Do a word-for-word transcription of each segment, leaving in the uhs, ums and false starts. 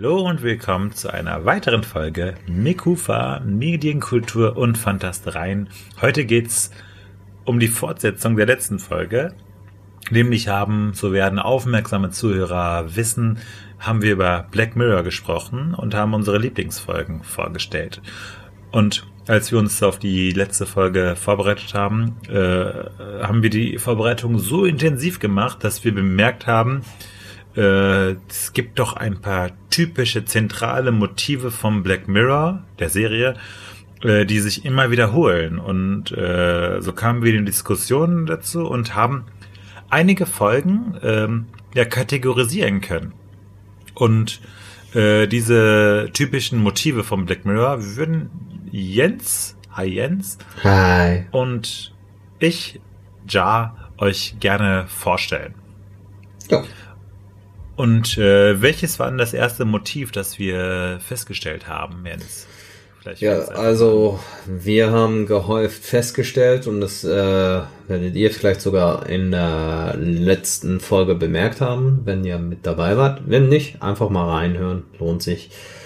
Hallo und willkommen zu einer weiteren Folge Mekufa, Medienkultur und Fantastereien. Heute geht's um die Fortsetzung der letzten Folge. Nämlich haben, so werden aufmerksame Zuhörer wissen, haben wir über Black Mirror gesprochen und haben unsere Lieblingsfolgen vorgestellt. Und als wir uns auf die letzte Folge vorbereitet haben, äh, haben wir die Vorbereitung so intensiv gemacht, dass wir bemerkt haben, äh, es gibt doch ein paar typische zentrale Motive vom Black Mirror, der Serie, äh, die sich immer wiederholen. Und äh, so kamen wir in Diskussionen dazu und haben einige Folgen ähm, ja kategorisieren können. Und äh, diese typischen Motive vom Black Mirror würden Jens, hi Jens, hi, und ich, Ja, euch gerne vorstellen. Ja. Und äh, welches war denn das erste Motiv, das wir festgestellt haben, Jens? Vielleicht ja, also wir haben gehäuft festgestellt, und das äh, werdet ihr vielleicht sogar in der letzten Folge bemerkt haben, wenn ihr mit dabei wart. Wenn nicht, einfach mal reinhören, lohnt sich.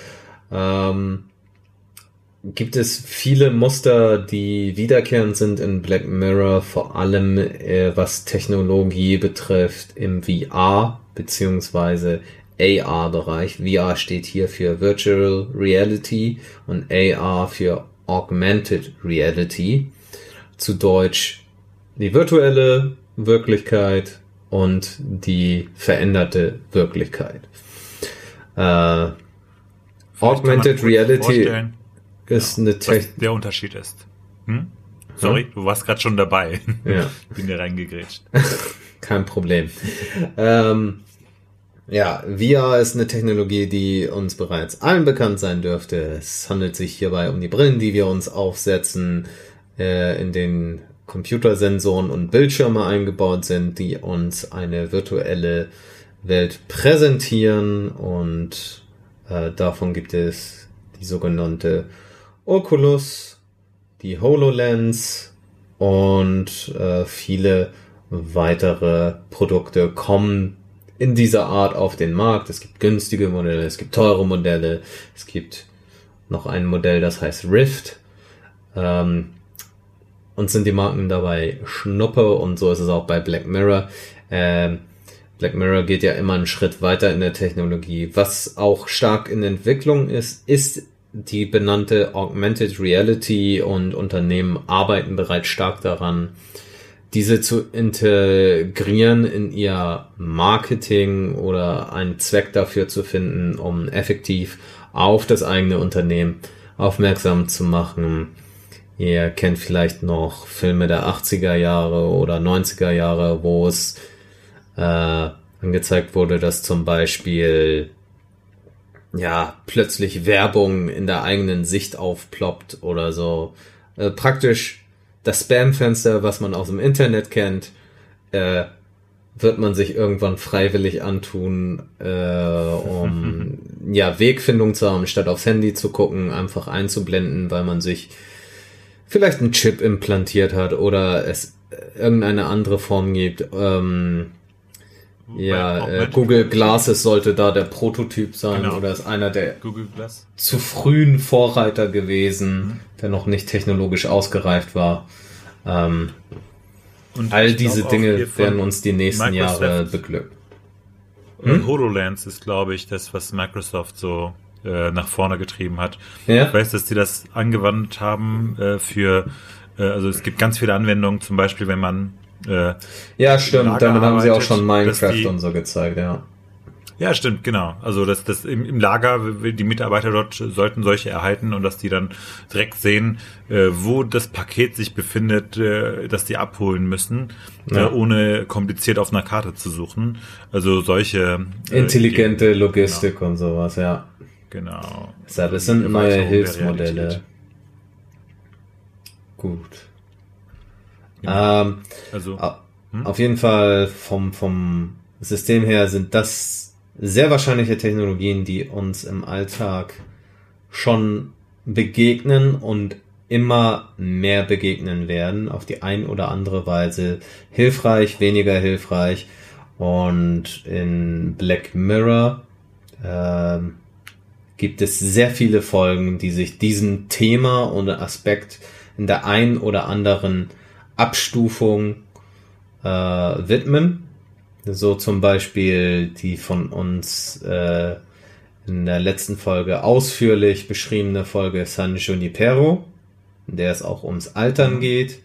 Ähm, gibt es viele Muster, die wiederkehrend sind in Black Mirror, vor allem äh, was Technologie betrifft im V R beziehungsweise A R-Bereich. V R steht hier für Virtual Reality und A R für Augmented Reality. Zu Deutsch die virtuelle Wirklichkeit und die veränderte Wirklichkeit. Äh, Augmented Reality ist genau, eine Technik. Was der Unterschied ist. Hm? Sorry, hm? Du warst gerade schon dabei. Ja. Bin dir reingegrätscht. Kein Problem. ähm, ja, V R ist eine Technologie, die uns bereits allen bekannt sein dürfte. Es handelt sich hierbei um die Brillen, die wir uns aufsetzen, äh, in den Computersensoren und Bildschirme eingebaut sind, die uns eine virtuelle Welt präsentieren, und äh, davon gibt es die sogenannte Oculus, die HoloLens und äh, viele weitere Produkte kommen in dieser Art auf den Markt. Es gibt günstige Modelle, es gibt teure Modelle, es gibt noch ein Modell, das heißt Rift. Ähm, uns sind die Marken dabei Schnuppe, und so ist es auch bei Black Mirror. Ähm, Black Mirror geht ja immer einen Schritt weiter in der Technologie. Was auch stark in Entwicklung ist, ist die benannte Augmented Reality, und Unternehmen arbeiten bereits stark daran, diese zu integrieren in ihr Marketing oder einen Zweck dafür zu finden, um effektiv auf das eigene Unternehmen aufmerksam zu machen. Ihr kennt vielleicht noch Filme der achtziger Jahre oder neunziger Jahre, wo es äh, angezeigt wurde, dass zum Beispiel ja plötzlich Werbung in der eigenen Sicht aufploppt oder so. Äh, praktisch das Spam-Fenster, was man aus dem Internet kennt, äh, wird man sich irgendwann freiwillig antun, äh, um ja Wegfindung zu haben, statt aufs Handy zu gucken, einfach einzublenden, weil man sich vielleicht einen Chip implantiert hat oder es irgendeine andere Form gibt. Ähm, ja, äh, Google Glasses sollte da der Prototyp sein, genau, oder ist einer der Google Glass zu frühen Vorreiter gewesen, mhm. der noch nicht technologisch ausgereift war. Ähm, und all diese Dinge werden uns die nächsten Microsoft Jahre beglücken. Hm? HoloLens ist, glaube ich, das, was Microsoft so äh, nach vorne getrieben hat. Ja? Ich weiß, dass die das angewandt haben äh, für, äh, also es gibt ganz viele Anwendungen, zum Beispiel, wenn man Äh, ja, stimmt, damit haben sie auch schon Minecraft die, und so gezeigt, ja. Ja, stimmt, genau. Also das, das im, im Lager, die Mitarbeiter dort sollten solche erhalten, und dass die dann direkt sehen, äh, wo das Paket sich befindet, äh, das die abholen müssen, ja. äh, ohne kompliziert auf einer Karte zu suchen. Also solche äh, intelligente Ideen. Logistik, genau, und sowas, ja. Genau. Deshalb, es sind neue Hilfsmodelle. Gut. Genau. Ähm, also, hm? Auf jeden Fall vom, vom System her sind das sehr wahrscheinliche Technologien, die uns im Alltag schon begegnen und immer mehr begegnen werden, auf die ein oder andere Weise. Hilfreich, weniger hilfreich. Und in Black Mirror ähm, gibt es sehr viele Folgen, die sich diesem Thema oder Aspekt in der einen oder anderen Abstufung äh, widmen. So zum Beispiel die von uns äh, in der letzten Folge ausführlich beschriebene Folge San Junipero, in der es auch ums Altern geht.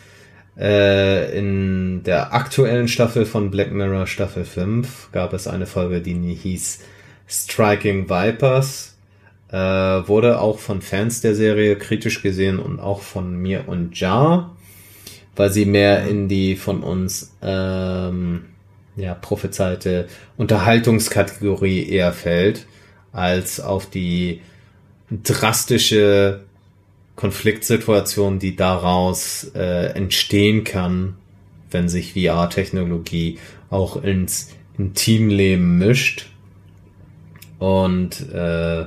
Äh, in der aktuellen Staffel von Black Mirror, Staffel fünf, gab es eine Folge, die hieß Striking Vipers. Äh, wurde auch von Fans der Serie kritisch gesehen und auch von mir und Jar, weil sie mehr in die von uns ähm, ja, prophezeite Unterhaltungskategorie eher fällt, als auf die drastische Konfliktsituation, die daraus äh, entstehen kann, wenn sich V R-Technologie auch ins Intimleben mischt. Und äh,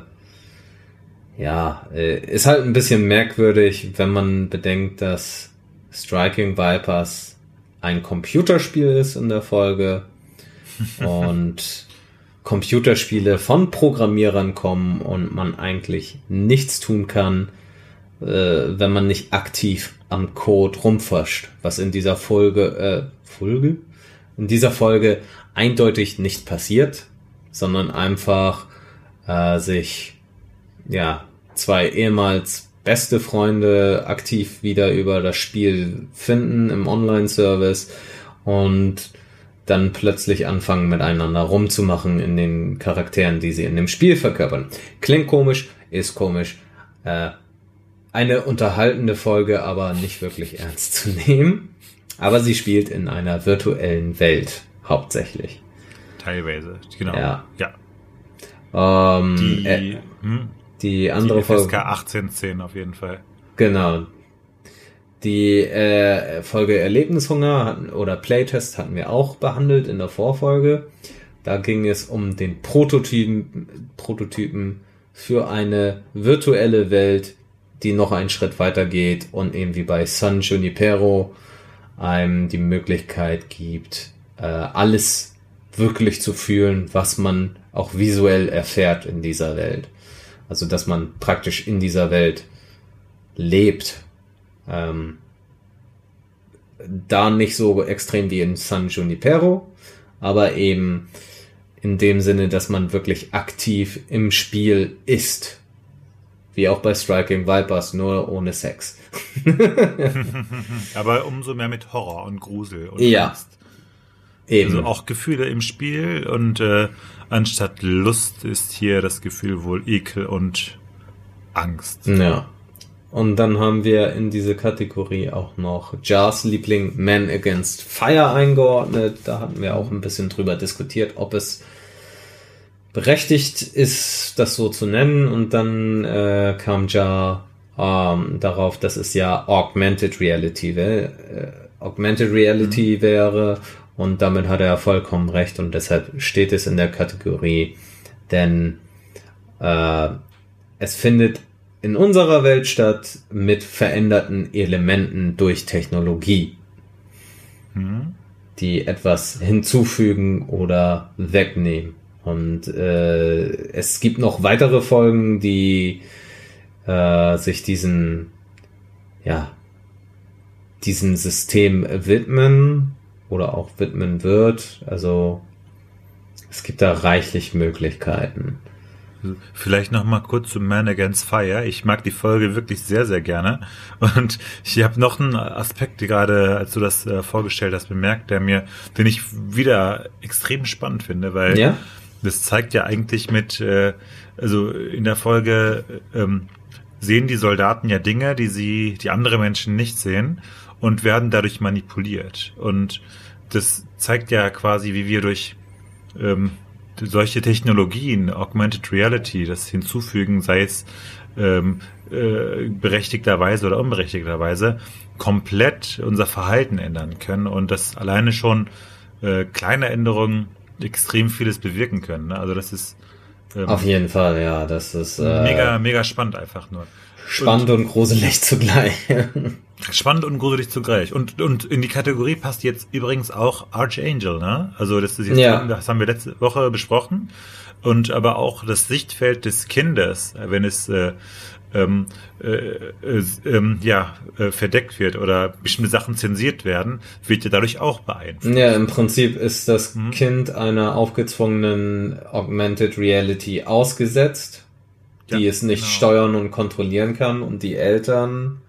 ja, äh, ist halt ein bisschen merkwürdig, wenn man bedenkt, dass Striking Vipers ein Computerspiel ist in der Folge und Computerspiele von Programmierern kommen und man eigentlich nichts tun kann, äh, wenn man nicht aktiv am Code rumforscht, was in dieser Folge, äh, Folge? In dieser Folge eindeutig nicht passiert, sondern einfach äh, sich, ja, zwei ehemals beste Freunde aktiv wieder über das Spiel finden im Online-Service und dann plötzlich anfangen miteinander rumzumachen in den Charakteren, die sie in dem Spiel verkörpern. Klingt komisch, ist komisch. Äh, eine unterhaltende Folge, aber nicht wirklich ernst zu nehmen. Aber sie spielt in einer virtuellen Welt, hauptsächlich. Teilweise, genau. Ja. ja. Ähm, die, äh, hm? die andere die F S K Folge. achtzehn zehn auf jeden Fall. Genau. Die äh, Folge Erlebnishunger hatten, oder Playtest hatten wir auch behandelt in der Vorfolge. Da ging es um den Prototypen, Prototypen für eine virtuelle Welt, die noch einen Schritt weiter geht und eben wie bei San Junipero einem die Möglichkeit gibt, äh, alles wirklich zu fühlen, was man auch visuell erfährt in dieser Welt. Also, dass man praktisch in dieser Welt lebt. Ähm, da nicht so extrem wie in San Junipero, aber eben in dem Sinne, dass man wirklich aktiv im Spiel ist. Wie auch bei Striking Vipers, nur ohne Sex. Aber umso mehr mit Horror und Grusel und ja. Angst. Eben. Also auch Gefühle im Spiel und äh, anstatt Lust ist hier das Gefühl wohl Ekel und Angst. Ja. Und dann haben wir in diese Kategorie auch noch Jars Liebling Man Against Fire eingeordnet. Da hatten wir auch ein bisschen drüber diskutiert, ob es berechtigt ist, das so zu nennen. Und dann äh, kam Jar ähm, darauf, dass es ja Augmented Reality wäre. Äh, Augmented Reality mhm. wäre. Und damit hat er vollkommen recht. Und deshalb steht es in der Kategorie. Denn äh, es findet in unserer Welt statt mit veränderten Elementen durch Technologie, hm. die etwas hinzufügen oder wegnehmen. Und äh, es gibt noch weitere Folgen, die äh, sich diesen, ja, diesem System widmen oder auch widmen wird. Also es gibt da reichlich Möglichkeiten. Vielleicht noch mal kurz zu Man Against Fire. Ich mag die Folge wirklich sehr, sehr gerne. Und ich habe noch einen Aspekt gerade, als du das äh, vorgestellt hast, bemerkt, der mir, den ich wieder extrem spannend finde, weil ja? das zeigt ja eigentlich mit, äh, also in der Folge ähm, sehen die Soldaten ja Dinge, die sie, die andere Menschen nicht sehen und werden dadurch manipuliert. Und das zeigt ja quasi, wie wir durch ähm, solche Technologien, Augmented Reality, das hinzufügen, sei es ähm, äh, berechtigterweise oder unberechtigterweise, komplett unser Verhalten ändern können und das alleine schon äh, kleine Änderungen extrem vieles bewirken können. Ne? Also das ist ähm, auf jeden Fall, ja, das ist äh, mega, mega spannend einfach nur. Spannend und, und gruselig zugleich. Spannend und gruselig zugleich. Und, und in die Kategorie passt jetzt übrigens auch Archangel, ne? Also das ist jetzt, ja. das haben wir letzte Woche besprochen. Und aber auch das Sichtfeld des Kindes, wenn es äh, ähm, äh, äh, äh, ja, äh, verdeckt wird oder bestimmte Sachen zensiert werden, wird ja dadurch auch beeinflusst. Ja, im Prinzip ist das mhm. Kind einer aufgezwungenen Augmented Reality ausgesetzt, die ja, es nicht genau. steuern und kontrollieren kann, und die Eltern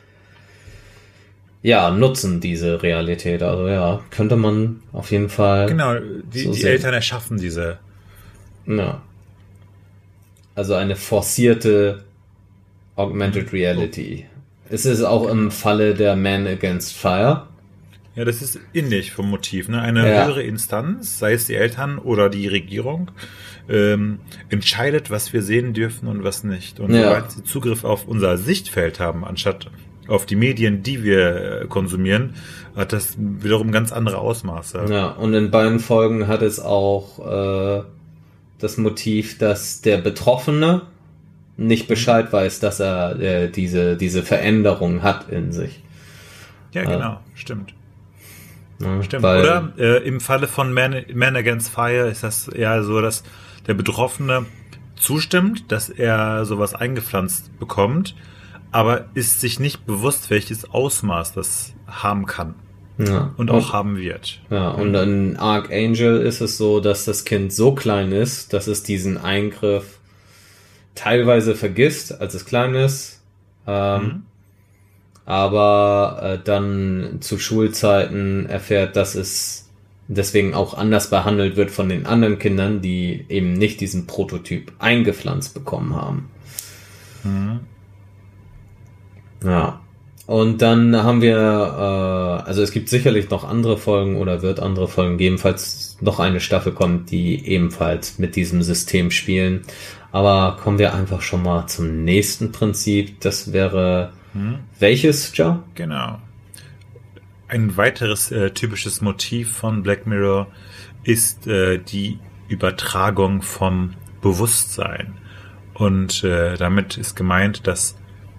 ja, nutzen diese Realität. Also ja, könnte man auf jeden Fall. Genau, die, so die Eltern erschaffen diese. Ja. Also eine forcierte Augmented Reality. Oh. Es ist auch im Falle der Man Against Fire. Ja, das ist ähnlich vom Motiv. Ne? Eine ja. höhere Instanz, sei es die Eltern oder die Regierung, ähm, entscheidet, was wir sehen dürfen und was nicht. Und ja. sobald sie Zugriff auf unser Sichtfeld haben, anstatt auf die Medien, die wir konsumieren, hat das wiederum ganz andere Ausmaße. Ja, und in beiden Folgen hat es auch äh, das Motiv, dass der Betroffene nicht Bescheid weiß, dass er äh, diese, diese Veränderung hat in sich. Ja, genau, äh, stimmt. Ja, stimmt. Oder äh, im Falle von Man, Man Against Fire ist das eher so, dass der Betroffene zustimmt, dass er sowas eingepflanzt bekommt, aber ist sich nicht bewusst, welches Ausmaß das haben kann. Ja. Und auch und, haben wird. Ja, und in Archangel ist es so, dass das Kind so klein ist, dass es diesen Eingriff teilweise vergisst, als es klein ist, ähm, mhm. aber äh, dann zu Schulzeiten erfährt, dass es deswegen auch anders behandelt wird von den anderen Kindern, die eben nicht diesen Prototyp eingepflanzt bekommen haben. Mhm. Ja. Und dann haben wir, äh, also es gibt sicherlich noch andere Folgen oder wird andere Folgen geben, falls noch eine Staffel kommt, die ebenfalls mit diesem System spielen. Aber kommen wir einfach schon mal zum nächsten Prinzip. Das wäre hm. welches, Joe? Genau. Ein weiteres äh, typisches Motiv von Black Mirror ist äh, die Übertragung vom Bewusstsein. Und äh, damit ist gemeint, dass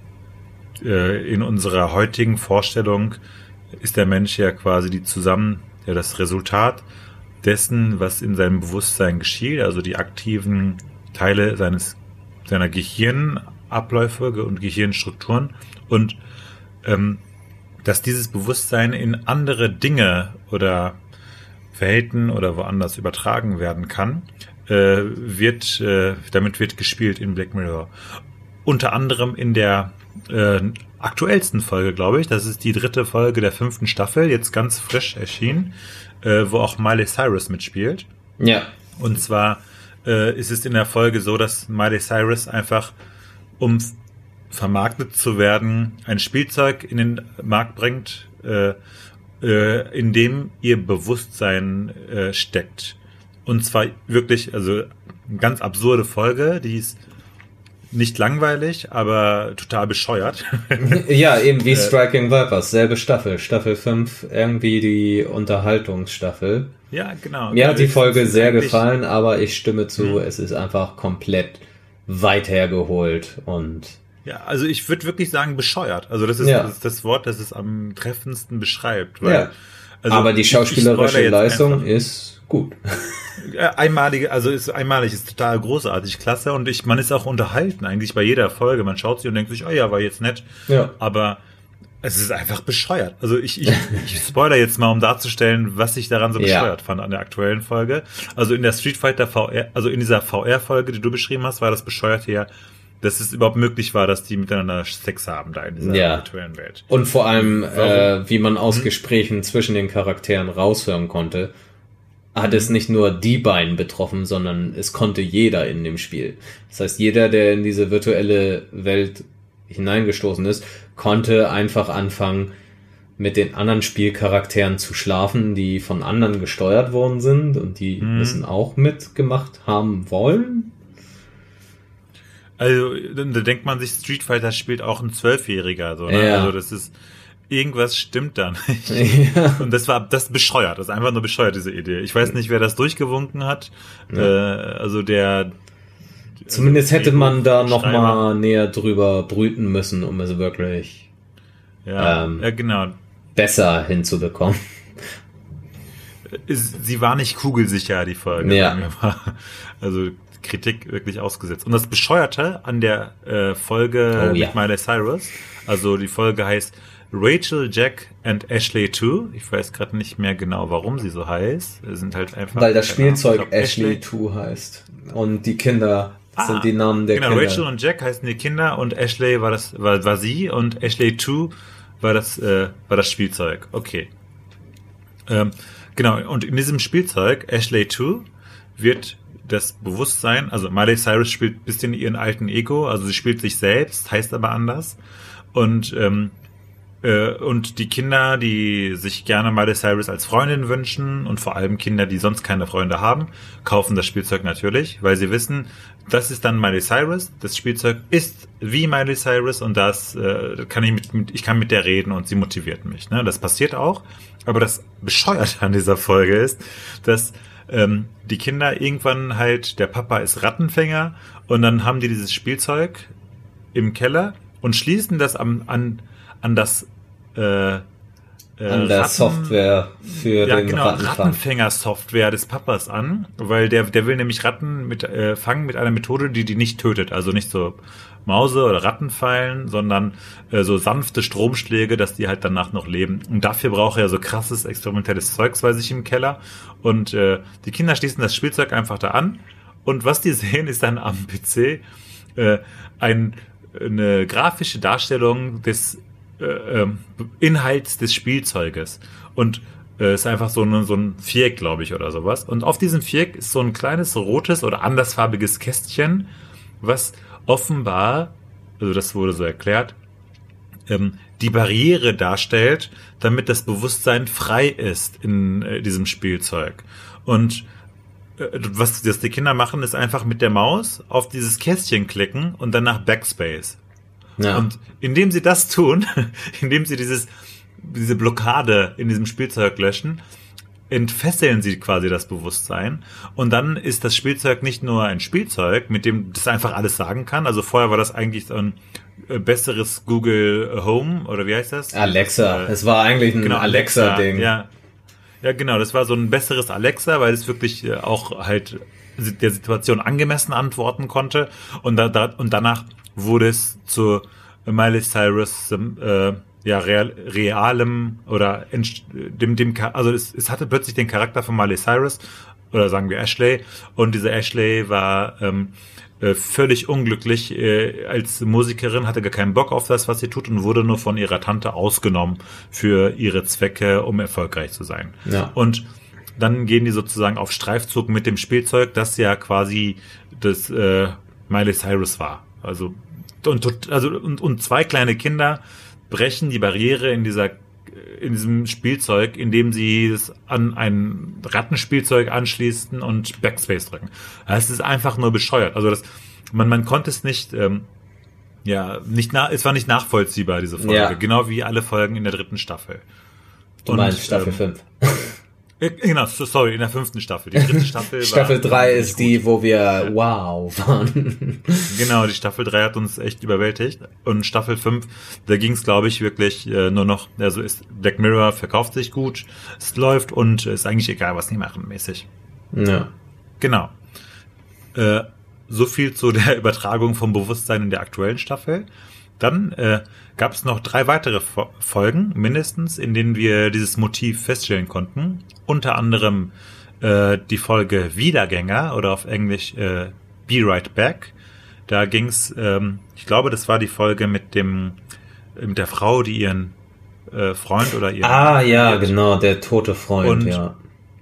in unserer heutigen Vorstellung ist der Mensch ja quasi die zusammen, ja, das Resultat dessen, was in seinem Bewusstsein geschieht, also die aktiven Teile seines, seiner Gehirnabläufe und Gehirnstrukturen, und ähm, dass dieses Bewusstsein in andere Dinge oder Verhalten oder woanders übertragen werden kann, äh, wird, äh, damit wird gespielt in Black Mirror. Unter anderem in der Äh, aktuellsten Folge, glaube ich. Das ist die dritte Folge der fünften Staffel, jetzt ganz frisch erschienen, äh, wo auch Miley Cyrus mitspielt. Ja. Und zwar äh, ist es in der Folge so, dass Miley Cyrus einfach, um vermarktet zu werden, ein Spielzeug in den Markt bringt, äh, äh, in dem ihr Bewusstsein äh, steckt. Und zwar wirklich, also eine ganz absurde Folge, die ist nicht langweilig, aber total bescheuert. Ja, eben wie Striking Vipers, selbe Staffel, Staffel fünf, irgendwie die Unterhaltungsstaffel. Ja, genau. Mir hat die Folge sehr gefallen, aber ich stimme zu, mhm. es ist einfach komplett weit hergeholt und... Ja, also ich würde wirklich sagen bescheuert. Also das ist, ja. das ist das Wort, das es am treffendsten beschreibt. Weil, ja. also aber die schauspielerische Leistung einfach. Ist gut. Einmalige, also ist einmalig, ist total großartig, klasse, und ich, man ist auch unterhalten eigentlich bei jeder Folge. Man schaut sie und denkt sich, oh ja, war jetzt nett. Ja. Aber es ist einfach bescheuert. Also ich, ich, ich spoiler jetzt mal, um darzustellen, was ich daran so bescheuert ja. fand an der aktuellen Folge. Also in der Street Fighter V R, also in dieser V R-Folge, die du beschrieben hast, war das Bescheuerte ja, dass es überhaupt möglich war, dass die miteinander Sex haben da in dieser ja. virtuellen Welt. Und vor allem, äh, wie man aus hm? Gesprächen zwischen den Charakteren raushören konnte, hat hm. es nicht nur die beiden betroffen, sondern es konnte jeder in dem Spiel. Das heißt, jeder, der in diese virtuelle Welt hineingestoßen ist, konnte einfach anfangen, mit den anderen Spielcharakteren zu schlafen, die von anderen gesteuert worden sind, und die hm. müssen auch mitgemacht haben wollen. Also, da denkt man sich, Street Fighter spielt auch ein Zwölfjähriger, so, ne? Ja. Also, das ist, irgendwas stimmt da nicht. Ja. Und das war, das bescheuert, das ist einfach nur bescheuert, diese Idee. Ich weiß nicht, wer das durchgewunken hat, ja. äh, also der, zumindest hätte man da noch mal näher drüber brüten müssen, um es wirklich ja, ähm, ja, genau. besser hinzubekommen. Sie war nicht kugelsicher, die Folge. Ja. Sagen wir mal. Also Kritik wirklich ausgesetzt. Und das Bescheuerte an der äh, Folge Oh, ja. mit Miley Cyrus, also die Folge heißt Rachel, Jack and Ashley two. Ich weiß gerade nicht mehr genau, warum sie so heißt. Sie sind halt einfach... Weil das keine Ahnung, Spielzeug ich glaub, Ashley two heißt. Und die Kinder Ah, sind die Namen der genau, Kinder. Rachel und Jack heißen die Kinder und Ashley war das war, war sie und Ashley two war das äh, war das Spielzeug. Okay. Ähm, genau, und in diesem Spielzeug Ashley two wird das Bewusstsein, also Miley Cyrus spielt ein bisschen ihren alten Ego, also sie spielt sich selbst, heißt aber anders. Und ähm, äh, und die Kinder, die sich gerne Miley Cyrus als Freundin wünschen und vor allem Kinder, die sonst keine Freunde haben, kaufen das Spielzeug natürlich, weil sie wissen, das ist dann Miley Cyrus, das Spielzeug ist wie Miley Cyrus und das äh, kann ich mit, mit ich kann mit der reden und sie motiviert mich. Ne? Das passiert auch, aber das Bescheuerte an dieser Folge ist, dass ähm, die Kinder irgendwann halt, der Papa ist Rattenfänger und dann haben die dieses Spielzeug im Keller und schließen das am, an, an das äh, äh, An der Ratten, Software für ja, den genau, Rattenfang. Rattenfänger-Software des Papas an, weil der, der will nämlich Ratten mit, äh, fangen mit einer Methode, die die nicht tötet. Also nicht so Mause- oder Rattenfallen, sondern äh, so sanfte Stromschläge, dass die halt danach noch leben. Und dafür braucht er so krasses experimentelles Zeugs, weiß ich, im Keller. Und äh, die Kinder schließen das Spielzeug einfach da an. Und was die sehen, ist dann am P C äh, ein, eine grafische Darstellung des äh, Inhalts des Spielzeuges. Und äh, ist einfach so, eine, so ein Viereck, glaube ich, oder sowas. Und auf diesem Viereck ist so ein kleines rotes oder andersfarbiges Kästchen, was offenbar, also das wurde so erklärt, ähm, die Barriere darstellt, damit das Bewusstsein frei ist in äh, diesem Spielzeug. Und äh, was das die Kinder machen, ist einfach mit der Maus auf dieses Kästchen klicken und dann nach Backspace. Ja. Und indem sie das tun, indem sie dieses, diese Blockade in diesem Spielzeug löschen, entfesseln sie quasi das Bewusstsein. Und dann ist das Spielzeug nicht nur ein Spielzeug, mit dem das einfach alles sagen kann. Also vorher war das eigentlich so ein äh, besseres Google Home, oder wie heißt das? Alexa. Äh, Es war eigentlich ein genau, Alexa-Ding. Ja. Ja, genau. Das war so ein besseres Alexa, weil es wirklich äh, auch halt der Situation angemessen antworten konnte. Und da, da und danach wurde es zu Miley Cyrus äh, ja real, realem oder dem dem also es, es hatte plötzlich den Charakter von Miley Cyrus oder sagen wir Ashley, und diese Ashley war ähm, äh, völlig unglücklich äh, als Musikerin, hatte gar keinen Bock auf das, was sie tut, und wurde nur von ihrer Tante ausgenommen für ihre Zwecke, um erfolgreich zu sein. Ja. Und dann gehen die sozusagen auf Streifzug mit dem Spielzeug, das ja quasi das äh, Miley Cyrus war. Also und, also und, und zwei kleine Kinder brechen die Barriere in dieser in diesem Spielzeug, indem sie es an ein Rattenspielzeug anschließen und Backspace drücken. Es ist einfach nur bescheuert. Also das, man man konnte es nicht ähm, ja nicht na, es war nicht nachvollziehbar, diese Folge, ja. Genau wie alle Folgen in der dritten Staffel. Du meinst Staffel ähm, fünf. Genau, sorry, in der fünften Staffel. Die dritte Staffel war Staffel drei ist gut. Die, wo wir ja. wow waren. Genau, die Staffel drei hat uns echt überwältigt. Und Staffel fünf, da ging es, glaube ich, wirklich äh, nur noch, also ist Black Mirror verkauft sich gut, es läuft und ist eigentlich egal, was die machen, mäßig. Ja. Genau. Äh, so viel zu der Übertragung vom Bewusstsein in der aktuellen Staffel. Dann äh, gab es noch drei weitere Fo- Folgen, mindestens, in denen wir dieses Motiv feststellen konnten. Unter anderem äh, die Folge Wiedergänger oder auf Englisch äh, Be Right Back. Da ging's, ähm, ich glaube, das war die Folge mit dem mit der Frau, die ihren äh, Freund oder ihren Ah ja, ihren, genau, der tote Freund, und, ja.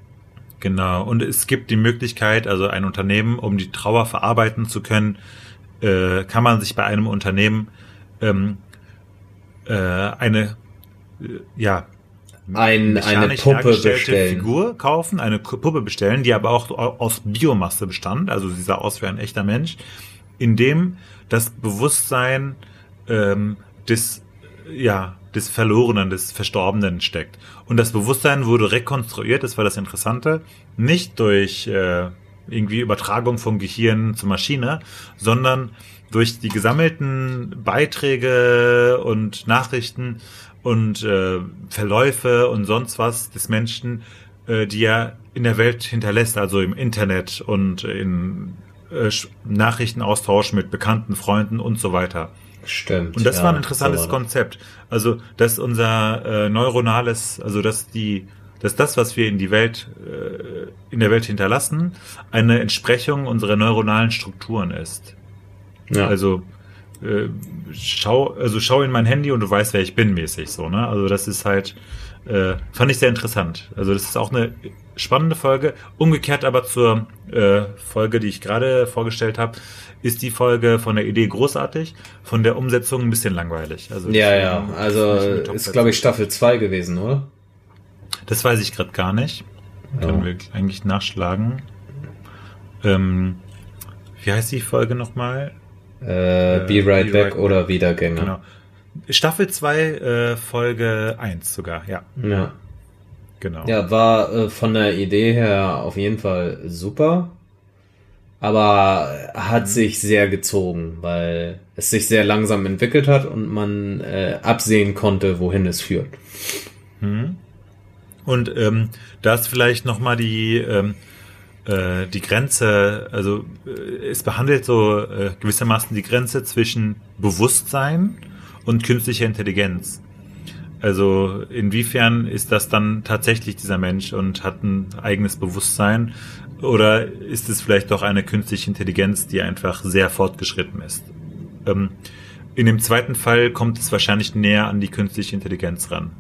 Genau. Und es gibt die Möglichkeit, also ein Unternehmen, um die Trauer verarbeiten zu können, äh, kann man sich bei einem Unternehmen ähm, äh, eine äh, ja Ein, eine mechanisch Puppe hergestellte bestellen. Figur kaufen, eine Puppe bestellen, die aber auch aus Biomasse bestand, also sie sah aus wie ein echter Mensch, in dem das Bewusstsein ähm, des ja des Verlorenen, des Verstorbenen steckt. Und das Bewusstsein wurde rekonstruiert, das war das Interessante, nicht durch äh, irgendwie Übertragung vom Gehirn zur Maschine, sondern durch die gesammelten Beiträge und Nachrichten und äh, Verläufe und sonst was des Menschen, äh, die er in der Welt hinterlässt, also im Internet und in äh, Nachrichtenaustausch mit bekannten Freunden und so weiter. Stimmt. Und das ja, war ein interessantes so Konzept. Also, dass unser äh, neuronales, also dass die, dass das, was wir in die Welt, äh, in der Welt hinterlassen, eine Entsprechung unserer neuronalen Strukturen ist. Ja. Also äh, schau, also schau in mein Handy und du weißt, wer ich bin, mäßig so, ne? Also das ist halt, äh, fand ich sehr interessant. Also das ist auch eine spannende Folge. Umgekehrt aber zur äh, Folge, die ich gerade vorgestellt habe, ist die Folge von der Idee großartig, von der Umsetzung ein bisschen langweilig. Also ja, ja, also ist, glaube ich, Staffel zwei gewesen, oder? Das weiß ich gerade gar nicht. Ja. Können wir eigentlich nachschlagen. Ähm, wie heißt die Folge nochmal? Äh, Be Right Back oder Wiedergänger. Genau. Staffel zwei, äh, Folge eins sogar, ja. Ja. Genau. Ja, war äh, von der Idee her auf jeden Fall super. Aber hat sich sehr gezogen, weil es sich sehr langsam entwickelt hat und man äh, absehen konnte, wohin es führt. Hm. Und ähm, da ist vielleicht nochmal die, ähm, äh, die Grenze, also äh, es behandelt so äh, gewissermaßen die Grenze zwischen Bewusstsein und künstlicher Intelligenz. Also inwiefern ist das dann tatsächlich dieser Mensch und hat ein eigenes Bewusstsein? Oder ist es vielleicht doch eine künstliche Intelligenz, die einfach sehr fortgeschritten ist? Ähm, in dem zweiten Fall kommt es wahrscheinlich näher an die künstliche Intelligenz ran.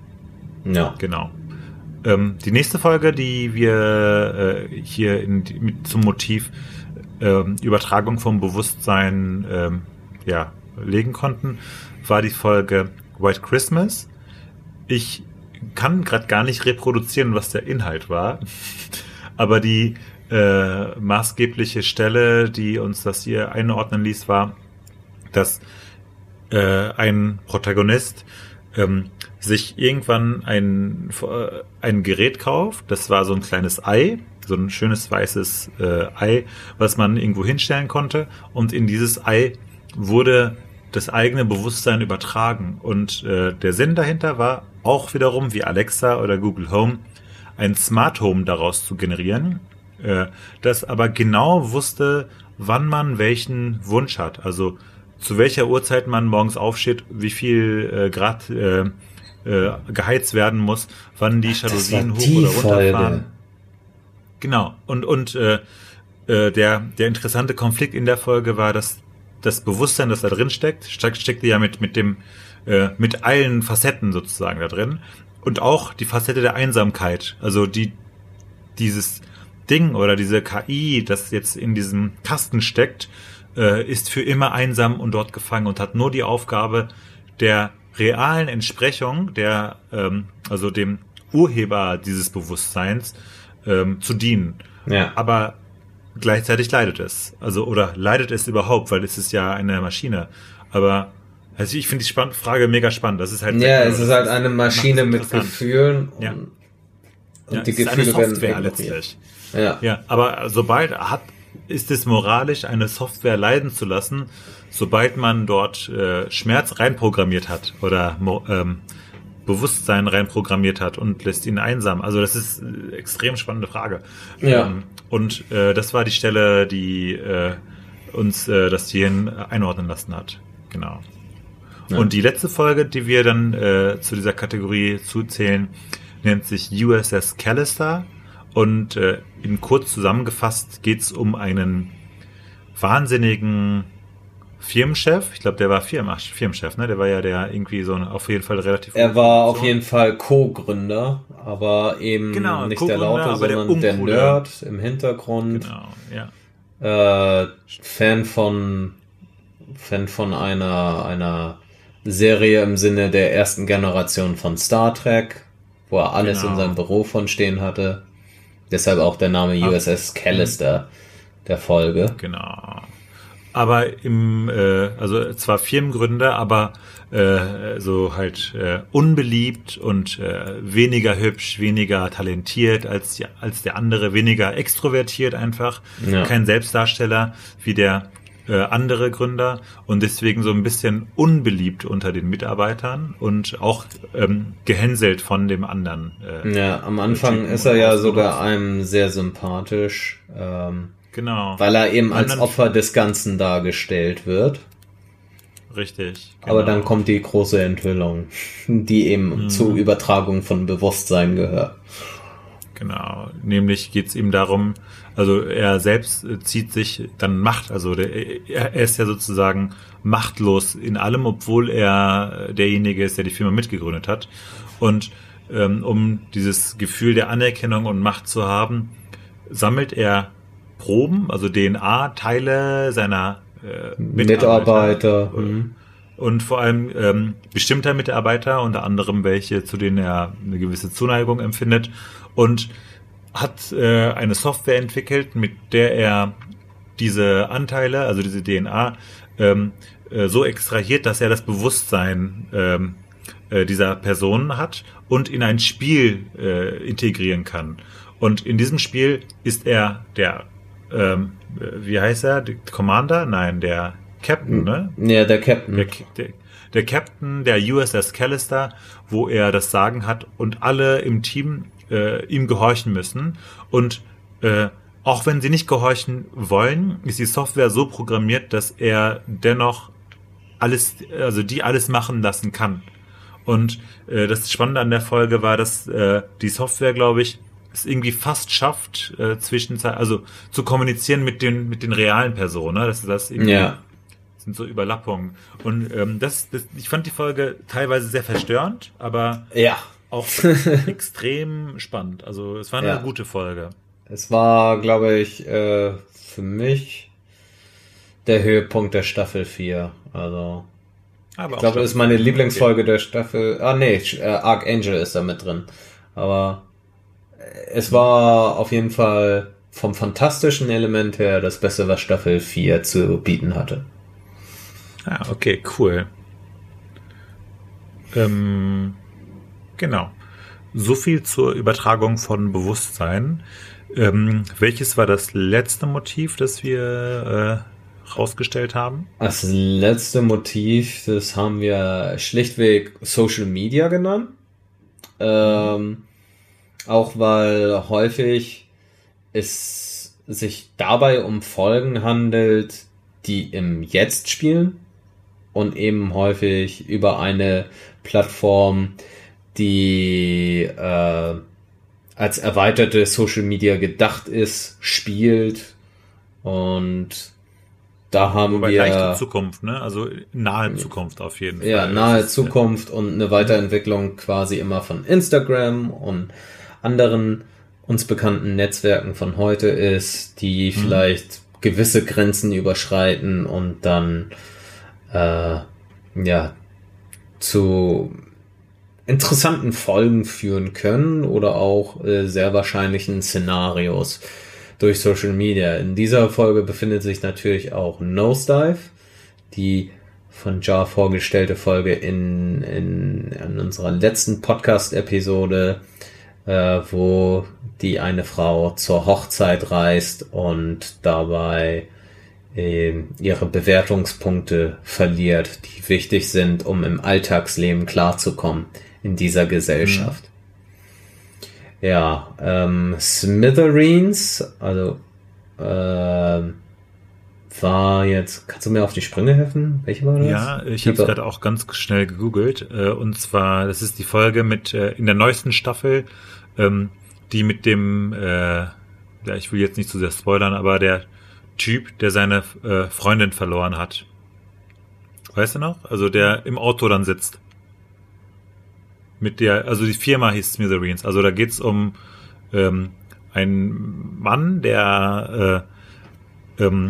Ja. Genau. Ähm, die nächste Folge, die wir äh, hier in, mit, zum Motiv ähm, Übertragung vom Bewusstsein ähm, ja, legen konnten, war die Folge White Christmas. Ich kann gerade gar nicht reproduzieren, was der Inhalt war. Aber die äh, maßgebliche Stelle, die uns das hier einordnen ließ, war, dass äh, ein Protagonist ähm, sich irgendwann ein, äh, ein Gerät kauft. Das war so ein kleines Ei, so ein schönes weißes äh, Ei, was man irgendwo hinstellen konnte. Und in dieses Ei wurde das eigene Bewusstsein übertragen. Und äh, der Sinn dahinter war auch wiederum, wie Alexa oder Google Home, ein Smart Home daraus zu generieren, äh, das aber genau wusste, wann man welchen Wunsch hat. Also zu welcher Uhrzeit man morgens aufsteht, wie viel äh, Grad äh, äh, geheizt werden muss, wann die Jalousien hoch oder runter fahren. Genau. Und und äh, äh, der der interessante Konflikt in der Folge war, dass das Bewusstsein, das da drin steckt, steckt steckte ja mit mit dem äh, mit allen Facetten sozusagen da drin. Und auch die Facette der Einsamkeit, also die dieses Ding oder diese K I, das jetzt in diesem Kasten steckt, äh, ist für immer einsam und dort gefangen und hat nur die Aufgabe der realen Entsprechung, der ähm, also dem Urheber dieses Bewusstseins ähm, zu dienen. Ja. Aber gleichzeitig leidet es, also oder leidet es überhaupt, weil es ist ja eine Maschine. Aber also ich finde die Spann- Frage mega spannend. Das ist halt ja, es ist halt eine Maschine mit Gefühlen und, ja. und ja, die es Gefühle ist eine Software werden letztlich. Ja. Ja, aber sobald hat ist es moralisch, eine Software leiden zu lassen, sobald man dort äh, Schmerz reinprogrammiert hat oder ähm, Bewusstsein reinprogrammiert hat und lässt ihn einsam. Also das ist eine extrem spannende Frage. Ja. Ähm, und äh, das war die Stelle, die äh, uns äh, das hierhin einordnen lassen hat. Genau. Ja. Und die letzte Folge, die wir dann äh, zu dieser Kategorie zuzählen, nennt sich U S S Callister. Und äh, in kurz zusammengefasst geht es um einen wahnsinnigen Firmenchef. Ich glaube, der war Firmen, Firmenchef, ne? Der war ja der irgendwie so auf jeden Fall relativ. Er war auf jeden Fall Co-Gründer, aber eben genau, nicht der Laute, sondern der, der Nerd im Hintergrund. Genau, ja. Äh, Fan von Fan von einer einer Serie im Sinne der ersten Generation von Star Trek, wo er alles genau. in seinem Büro von stehen hatte. Deshalb auch der Name U S S Callister der Folge. Genau. Aber im, äh, also zwar Firmengründer, aber äh, so halt äh, unbeliebt und äh, weniger hübsch, weniger talentiert als die, als der andere, weniger extrovertiert einfach. Ja. Kein Selbstdarsteller wie der äh, andere Gründer und deswegen so ein bisschen unbeliebt unter den Mitarbeitern und auch ähm, gehänselt von dem anderen. Äh, ja, am Anfang ist er ja sogar einem sehr sympathisch, ähm, genau, weil er eben als Opfer des Ganzen dargestellt wird. Richtig. Genau. Aber dann kommt die große Enthüllung, die eben mhm. zur Übertragung von Bewusstsein gehört. Genau, nämlich geht es ihm darum, also er selbst zieht sich dann Macht, also der, er ist ja sozusagen machtlos in allem, obwohl er derjenige ist, der die Firma mitgegründet hat. Und ähm, um dieses Gefühl der Anerkennung und Macht zu haben, sammelt er Proben, also D N A-Teile seiner äh, Mitarbeiter. Mitarbeiter. Mhm. Und vor allem ähm, bestimmter Mitarbeiter, unter anderem welche, zu denen er eine gewisse Zuneigung empfindet. Und hat äh, eine Software entwickelt, mit der er diese Anteile, also diese D N A, ähm, äh, so extrahiert, dass er das Bewusstsein ähm, äh, dieser Person hat und in ein Spiel äh, integrieren kann. Und in diesem Spiel ist er der, ähm, wie heißt er, der Commander? Nein, der Captain, ne? Ja, der Captain. Der, der, der Captain der U S S Callister, wo er das Sagen hat und alle im Team äh, ihm gehorchen müssen. Und äh, auch wenn sie nicht gehorchen wollen, ist die Software so programmiert, dass er dennoch alles, also die alles machen lassen kann. Und äh, das Spannende an der Folge war, dass äh, die Software, glaube ich, es irgendwie fast schafft, äh, zwischenzeit, also zu kommunizieren mit den mit den realen Personen. Ne? Das ist das irgendwie. Ja. Sind so Überlappungen. Und ähm, das, das, ich fand die Folge teilweise sehr verstörend, aber ja. auch extrem spannend. Also es war eine ja. gute Folge. Es war, glaube ich, äh, für mich der Höhepunkt der Staffel vier. Also aber ich glaube, das ist meine Lieblingsfolge okay. der Staffel. Ah nee, äh, Archangel ist da mit drin. Aber es war auf jeden Fall vom fantastischen Element her das Beste, was Staffel vier zu bieten hatte. Ah, okay, cool. Ähm, genau. So viel zur Übertragung von Bewusstsein. Ähm, welches war das letzte Motiv, das wir äh, rausgestellt haben? Das letzte Motiv, das haben wir schlichtweg Social Media genannt. Ähm, auch weil häufig es sich dabei um Folgen handelt, die im Jetzt spielen. Und eben häufig über eine Plattform, die äh, als erweiterte Social Media gedacht ist, spielt. Und da haben Wobei wir... leichte Zukunft, ne? Also nahe Zukunft auf jeden Fall. Ja, nahe ist, Zukunft ja. Und eine Weiterentwicklung quasi immer von Instagram und anderen uns bekannten Netzwerken von heute ist, die mhm. vielleicht gewisse Grenzen überschreiten und dann Äh, ja, zu interessanten Folgen führen können oder auch äh, sehr wahrscheinlichen Szenarios durch Social Media. In dieser Folge befindet sich natürlich auch Nosedive, die von Jar vorgestellte Folge in, in, in unserer letzten Podcast-Episode, äh, wo die eine Frau zur Hochzeit reist und dabei ihre Bewertungspunkte verliert, die wichtig sind, um im Alltagsleben klarzukommen in dieser Gesellschaft. Mhm. Ja, ähm, Smithereens, also äh, war jetzt, kannst du mir auf die Sprünge helfen? Welche war das? Ja, ich habe es gerade auch ganz schnell gegoogelt. Äh, und zwar, das ist die Folge mit äh, in der neuesten Staffel, ähm, die mit dem, äh, ja, ich will jetzt nicht zu sehr spoilern, aber der Typ, der seine äh, Freundin verloren hat. Weißt du noch? Also der im Auto dann sitzt. Mit der, also die Firma hieß Smithereens. Also da geht's um ähm, einen Mann, der äh, ähm,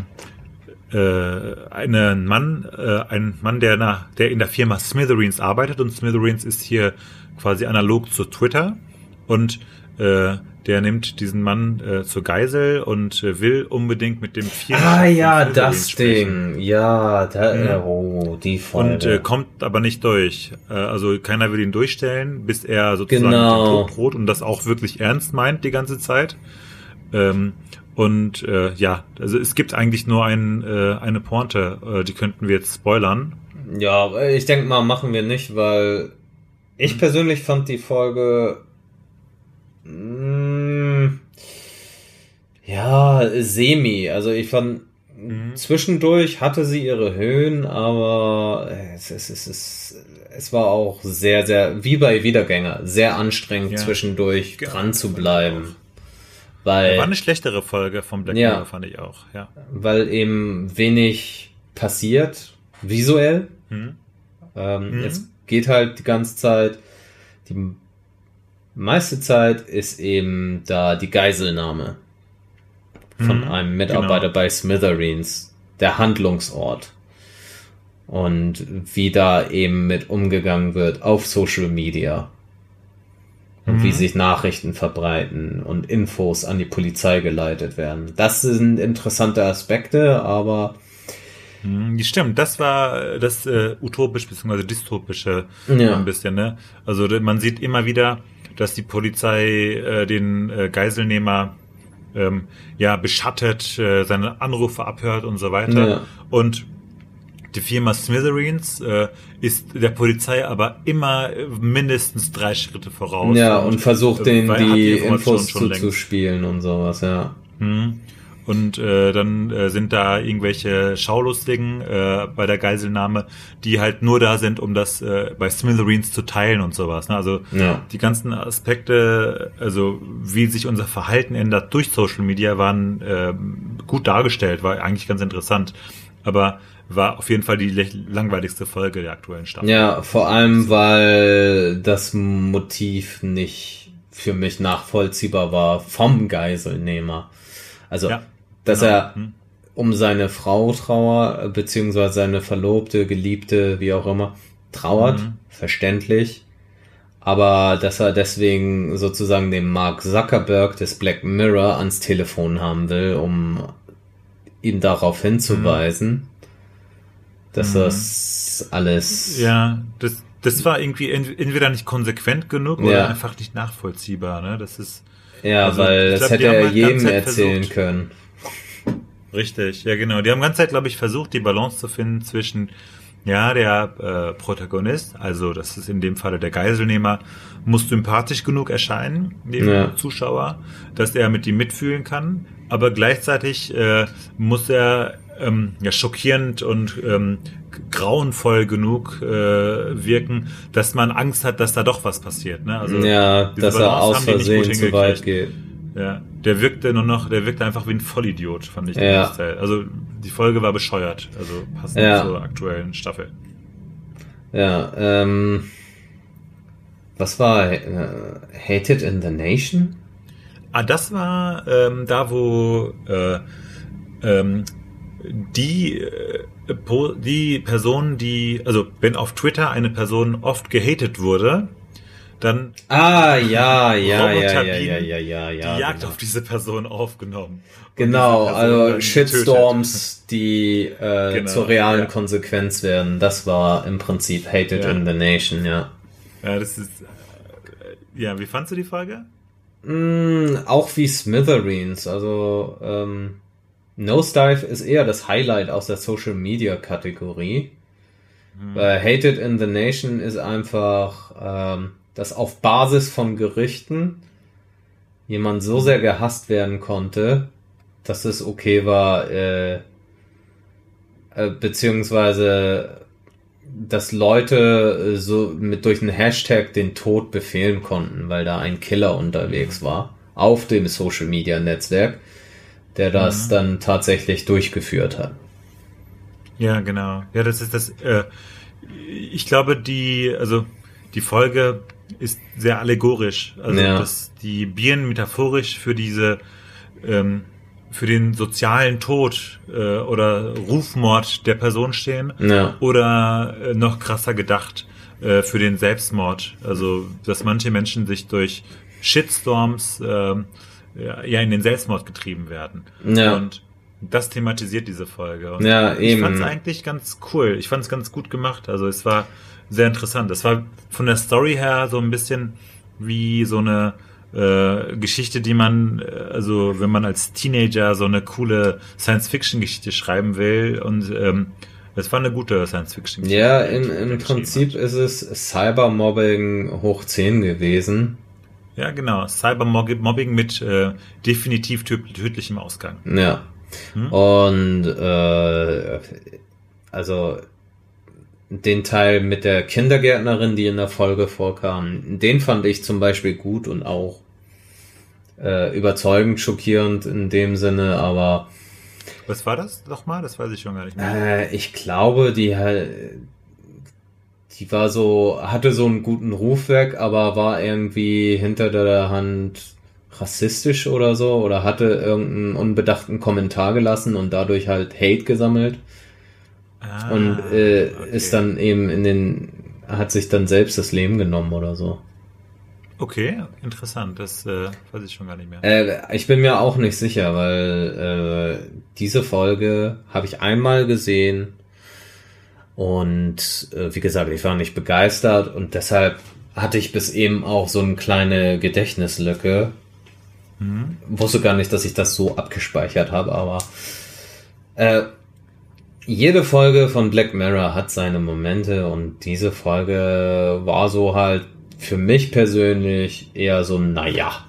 äh, einen Mann, äh, ein Mann, der na, der in der Firma Smithereens arbeitet und Smithereens ist hier quasi analog zu Twitter und äh, der nimmt diesen Mann äh, zur Geisel und äh, will unbedingt mit dem Firma. Ah ja, das sprechen. Ding. Ja, da, mhm. oh, die Folge. Und äh, kommt aber nicht durch. Äh, also keiner will ihn durchstellen, bis er sozusagen genau. mit dem Tod droht und das auch wirklich ernst meint die ganze Zeit. Ähm, Und äh, ja, also es gibt eigentlich nur ein, äh, eine Pointe, äh, die könnten wir jetzt spoilern. Ja, ich denke mal, machen wir nicht, weil ich mhm. persönlich fand die Folge mh, ja, semi. Also ich fand mhm. zwischendurch hatte sie ihre Höhen, aber es, es, es, es, es war auch sehr, sehr, wie bei Wiedergänger, sehr anstrengend ja. zwischendurch ja. dran zu bleiben. Weil, war eine schlechtere Folge von Black Mirror, ja, fand ich auch. Ja. Weil eben wenig passiert, visuell. Hm. Ähm, hm. Es geht halt die ganze Zeit, die meiste Zeit ist eben da die Geiselnahme von hm. einem Mitarbeiter genau. bei Smithereens, der Handlungsort. Und wie da eben mit umgegangen wird auf Social Media. Und mhm. wie sich Nachrichten verbreiten und Infos an die Polizei geleitet werden. Das sind interessante Aspekte, aber... Mhm, stimmt, das war das äh, utopisch bzw. dystopische ja. ein bisschen, ne? Also man sieht immer wieder, dass die Polizei äh, den äh, Geiselnehmer ähm, ja beschattet, äh, seine Anrufe abhört und so weiter. Ja. Und die Firma Smithereens äh, ist der Polizei aber immer mindestens drei Schritte voraus. Ja, und, und versucht denen die, die Infos zuzuspielen und sowas, ja. Hm. Und äh, dann äh, sind da irgendwelche Schaulustigen äh, bei der Geiselnahme, die halt nur da sind, um das äh, bei Smithereens zu teilen und sowas. Ne? Also ja. die ganzen Aspekte, also wie sich unser Verhalten ändert durch Social Media, waren äh, gut dargestellt, war eigentlich ganz interessant. Aber war auf jeden Fall die langweiligste Folge der aktuellen Staffel. Ja, vor allem, weil das Motiv nicht für mich nachvollziehbar war vom Geiselnehmer. Also, ja, dass genau. er um seine Frau trauert, beziehungsweise seine Verlobte, Geliebte, wie auch immer, trauert, mhm. verständlich. Aber dass er deswegen sozusagen den Mark Zuckerberg des Black Mirror ans Telefon haben will, um ihn darauf hinzuweisen, mhm. dass mhm. das alles... Ja, das, das war irgendwie entweder nicht konsequent genug oder ja. einfach nicht nachvollziehbar. Ne? Das ist... Ja, also, weil das glaub, hätte er halt jedem erzählen versucht, können. Richtig, ja genau. Die haben die ganze Zeit, glaube ich, versucht, die Balance zu finden zwischen, ja, der äh, Protagonist, also das ist in dem Falle der Geiselnehmer, muss sympathisch genug erscheinen, dem ja. Zuschauer, dass er mit ihm mitfühlen kann, aber gleichzeitig äh, muss er ähm, ja schockierend und ähm, grauenvoll genug äh, wirken, dass man Angst hat, dass da doch was passiert. Ne? Also ja, dass Balance er aus Versehen zu weit geht. Ja, der wirkte nur noch, der wirkte einfach wie ein Vollidiot, fand ich. Ja. Also die Folge war bescheuert, also passend ja. zur aktuellen Staffel. Ja, ähm, was war äh, Hated in the Nation? Ah, das war ähm, da, wo äh, ähm, die äh, die Person, die, also wenn auf Twitter eine Person oft gehatet wurde, dann ah ja ja ja ja ja ja ja ja die Jagd genau. auf diese Person aufgenommen. Genau, also Shitstorms, getötet. die äh, genau, zur realen ja. Konsequenz werden. Das war im Prinzip Hated ja. in the Nation, ja. Ja, das ist äh, ja. Wie fandst du die Folge? Mm, auch wie Smithereens, also ähm, Nosedive ist eher das Highlight aus der Social Media Kategorie. Hm. Weil Hated in the Nation ist einfach ähm, dass auf Basis von Gerüchten jemand so sehr gehasst werden konnte, dass es okay war, äh, äh, beziehungsweise dass Leute äh, so mit durch einen Hashtag den Tod befehlen konnten, weil da ein Killer unterwegs war auf dem Social Media Netzwerk, der das mhm. dann tatsächlich durchgeführt hat. Ja, genau. Ja, das ist das. Äh, ich glaube, die, also die Folge ist sehr allegorisch. Also ja. dass die Bieren metaphorisch für diese, ähm, für den sozialen Tod äh, oder Rufmord der Person stehen. Ja. Oder äh, noch krasser gedacht äh, für den Selbstmord. Also dass manche Menschen sich durch Shitstorms äh, ja in den Selbstmord getrieben werden. Ja. Und das thematisiert diese Folge. Und ja, ich eben. fand es eigentlich ganz cool. Ich fand es ganz gut gemacht. Also es war sehr interessant. Das war von der Story her so ein bisschen wie so eine äh, Geschichte, die man, also wenn man als Teenager so eine coole Science-Fiction-Geschichte schreiben will und ähm, das war eine gute Science-Fiction-Geschichte. Ja, im, im Prinzip ist es Cybermobbing hoch zehn gewesen. Ja, genau. Cybermobbing mit äh, definitiv tö- tödlichem Ausgang. Ja. Hm? Und äh, also den Teil mit der Kindergärtnerin, die in der Folge vorkam, den fand ich zum Beispiel gut und auch äh, überzeugend schockierend in dem Sinne, aber was war das nochmal? Das weiß ich schon gar nicht mehr. Äh, ich glaube, die halt die war so, hatte so einen guten Ruf weg, aber war irgendwie hinter der Hand rassistisch oder so oder hatte irgendeinen unbedachten Kommentar gelassen und dadurch halt Hate gesammelt. Ah, und äh, okay. Ist dann eben in den, hat sich dann selbst das Leben genommen oder so. Okay, interessant, das äh, weiß ich schon gar nicht mehr. Äh, ich bin mir auch nicht sicher, weil äh, diese Folge habe ich einmal gesehen und äh, wie gesagt, ich war nicht begeistert und deshalb hatte ich bis eben auch so eine kleine Gedächtnislücke. Mhm. Wusste gar nicht, dass ich das so abgespeichert habe, aber äh, jede Folge von Black Mirror hat seine Momente und diese Folge war so halt für mich persönlich eher so, naja.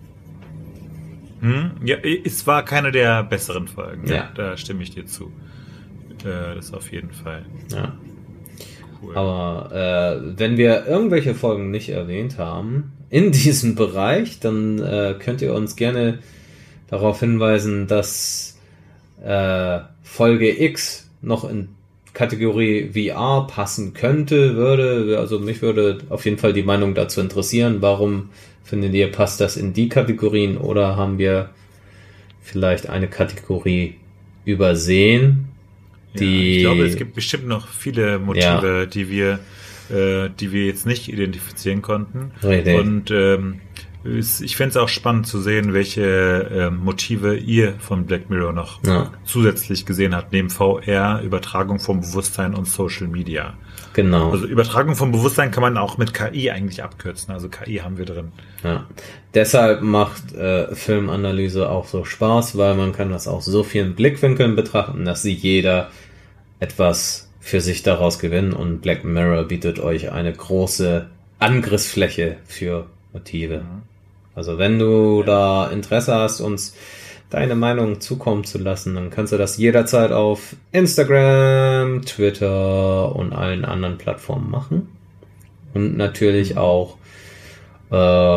Hm, ja, es war keine der besseren Folgen. Ja. Ja, da stimme ich dir zu. Äh, das auf jeden Fall. Ja. Cool. Aber äh, wenn wir irgendwelche Folgen nicht erwähnt haben in diesem Bereich, dann äh, könnt ihr uns gerne darauf hinweisen, dass äh, Folge X noch in Kategorie V R passen könnte, würde, also mich würde auf jeden Fall die Meinung dazu interessieren, warum findet ihr, passt das in die Kategorien oder haben wir vielleicht eine Kategorie übersehen, die... Ja, ich glaube, es gibt bestimmt noch viele Motive, ja. die wir äh, die wir jetzt nicht identifizieren konnten. Richtig. Und ähm, ich fände es auch spannend zu sehen, welche äh, Motive ihr von Black Mirror noch ja. zusätzlich gesehen habt, neben V R, Übertragung vom Bewusstsein und Social Media. Genau. Also Übertragung vom Bewusstsein kann man auch mit K I eigentlich abkürzen, also K I haben wir drin. Ja. Deshalb macht äh, Filmanalyse auch so Spaß, weil man kann das aus so vielen Blickwinkeln betrachten, dass sie jeder etwas für sich daraus gewinnen und Black Mirror bietet euch eine große Angriffsfläche für Motive. Mhm. Also wenn du ja. da Interesse hast, uns deine Meinung zukommen zu lassen, dann kannst du das jederzeit auf Instagram, Twitter und allen anderen Plattformen machen. Und natürlich auch äh,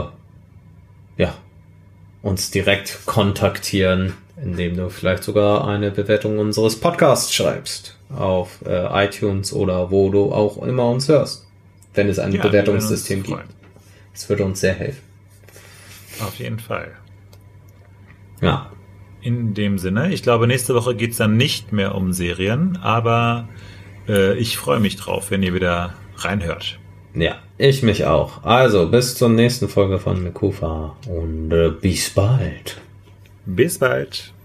ja, uns direkt kontaktieren, indem du vielleicht sogar eine Bewertung unseres Podcasts schreibst auf äh, iTunes oder wo du auch immer uns hörst, wenn es ein ja, Bewertungssystem gibt. Es würde uns sehr helfen. Auf jeden Fall. Ja. In dem Sinne, ich glaube, nächste Woche geht es dann nicht mehr um Serien, aber äh, ich freue mich drauf, wenn ihr wieder reinhört. Ja, ich mich auch. Also, bis zur nächsten Folge von Mekufa und äh, bis bald. Bis bald.